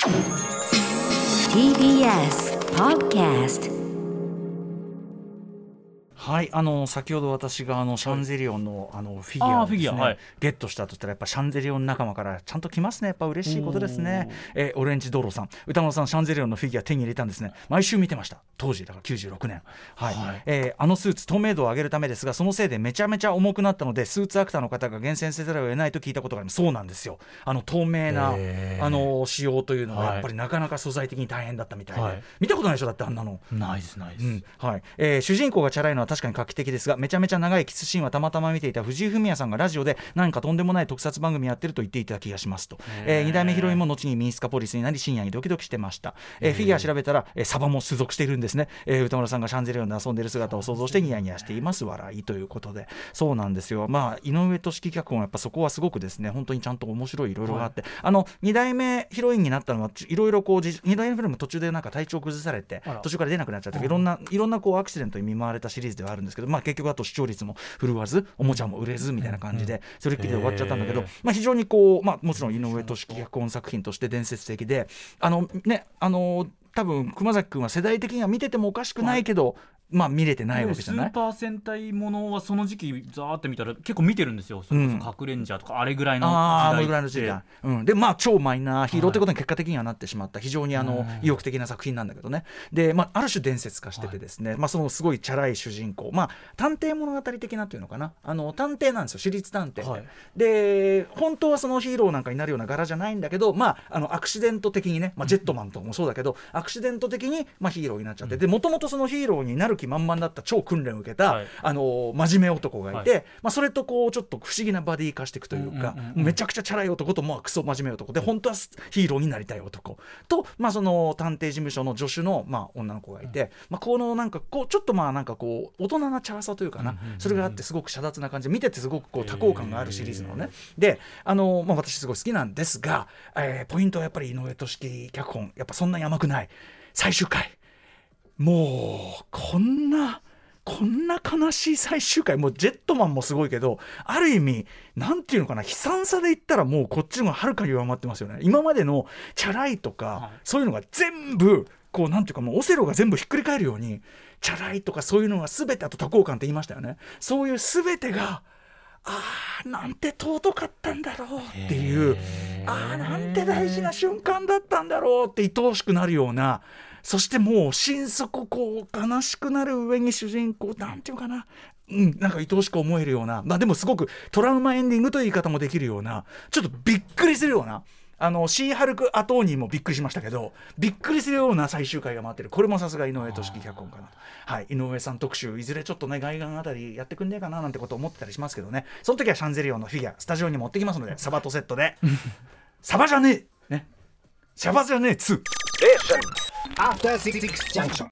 TBS Podcast。 はい、先ほど私がシャンゼリオンのフィギュアをですね、 はい、 ゲットしたとしたらやっぱシャンゼリオン仲間からちゃんと来ますね。やっぱ嬉しいことですね。オレンジ道路さん、歌丸さん、シャンゼリオンのフィギュア手に入れたんですね。毎週見てました。当時だから96年、はいはい、スーツ透明度を上げるためですが、そのせいでめちゃめちゃ重くなったのでスーツアクターの方が厳選せざるを得ないと聞いたことがあります。そうなんですよ。透明な仕様というのはやっぱりなかなか素材的に大変だったみたいで、はい、見たことないでしょ。だってあんなのないです、 はい。主人公がチャラいのは確かに画期的ですが、めちゃめちゃ長いキスシーンはたまたま見ていた藤井フミヤさんがラジオで何かとんでもない特撮番組やってると言っていた気がしますと。2代目ヒロインも後にミニスカポリスになり深夜にドキドキしてました。フィギュア調べたらサバも所属しているんですね。歌村さんがシャンゼリオンで遊んでいる姿を想像してニヤニヤしています。笑いということで、そうなんですよ。まあ井上俊樹脚本やっぱそこはすごくですね、本当にちゃんと面白いいろいろがあって、はい、2代目ヒロインになったのはいろいろこう2代目フィルム途中でなんか体調崩されて途中から出なくなっちゃっていろんなこうアクシデントに見舞われたシリーズではあるんですけど、まあ結局あと視聴率も振るわずおもちゃも売れずみたいな感じでそれっきりで終わっちゃったんだけど、まあ、非常にこう、まあ、もちろん井上俊樹脚本作品として伝説的で多分熊崎君は世代的には見ててもおかしくないけど、まあ見れてないわけじゃない。 スーパー戦隊ものはその時期ザーって見たら結構見てるんですよ。それこそ核レンジャーとかあれぐらいの時代でまあ超マイナーヒーローってことに結果的にはなってしまった非常に意欲的な作品なんだけどね。で、まあ、ある種伝説化しててですね、はい、まあ、そのすごいチャラい主人公、まあ、探偵物語的なっていうのかな、探偵なんですよ。私立探偵で、はい、で本当はそのヒーローなんかになるような柄じゃないんだけど、まあ、アクシデント的にね、まあ、ジェットマンとかもそうだけど、アクシデント的に、まあ、ヒーローになっちゃって、でもともとそのヒーローになる気満々だった超訓練を受けた、はい、真面目男がいて、はい、まあ、それとこうちょっと不思議なバディ化していくというか、めちゃくちゃチャラい男と、まあ、クソ真面目男で本当はヒーローになりたい男と、まあ、その探偵事務所の助手の、まあ、女の子がいて、まあ、このなんかこうちょっとまあなんかこう大人なチャラさというかな、それがあってすごく遮奪な感じで見ててすごくこう多幸感があるシリーズのね。でまあ、私すごい好きなんですが、ポイントはやっぱり井上俊樹脚本やっぱそんなに甘くない最終回。もうこんな悲しい最終回、もうジェットマンもすごいけど、ある意味なんていうのかな、悲惨さで言ったらもうこっちの方がはるかに上回ってますよね。今までのチャラいとか、はい、そういうのが全部こうなんていうか、もうオセロが全部ひっくり返るようにチャラいとかそういうのが全て、あと多幸感って言いましたよね。そういう全てがなんて尊かったんだろうっていう、なんて大事な瞬間だったんだろうって愛おしくなるような、そしてもう心底こう悲しくなる上に主人公なんていうかな、なんか愛おしく思えるような、まあ、でもすごくトラウマエンディングという言い方もできるような、ちょっとびっくりするような、シーハルクアトーニーもびっくりしましたけど、びっくりするような最終回が待ってる。これもさすが井上俊樹脚本かなと。はい、井上さん特集いずれちょっとね外岸あたりやってくんねえかななんてこと思ってたりしますけどね。その時はシャンゼリオンのフィギュアスタジオに持ってきますので、サバとセットでサバじゃねえね、シャバじゃねえ2 After 66 junction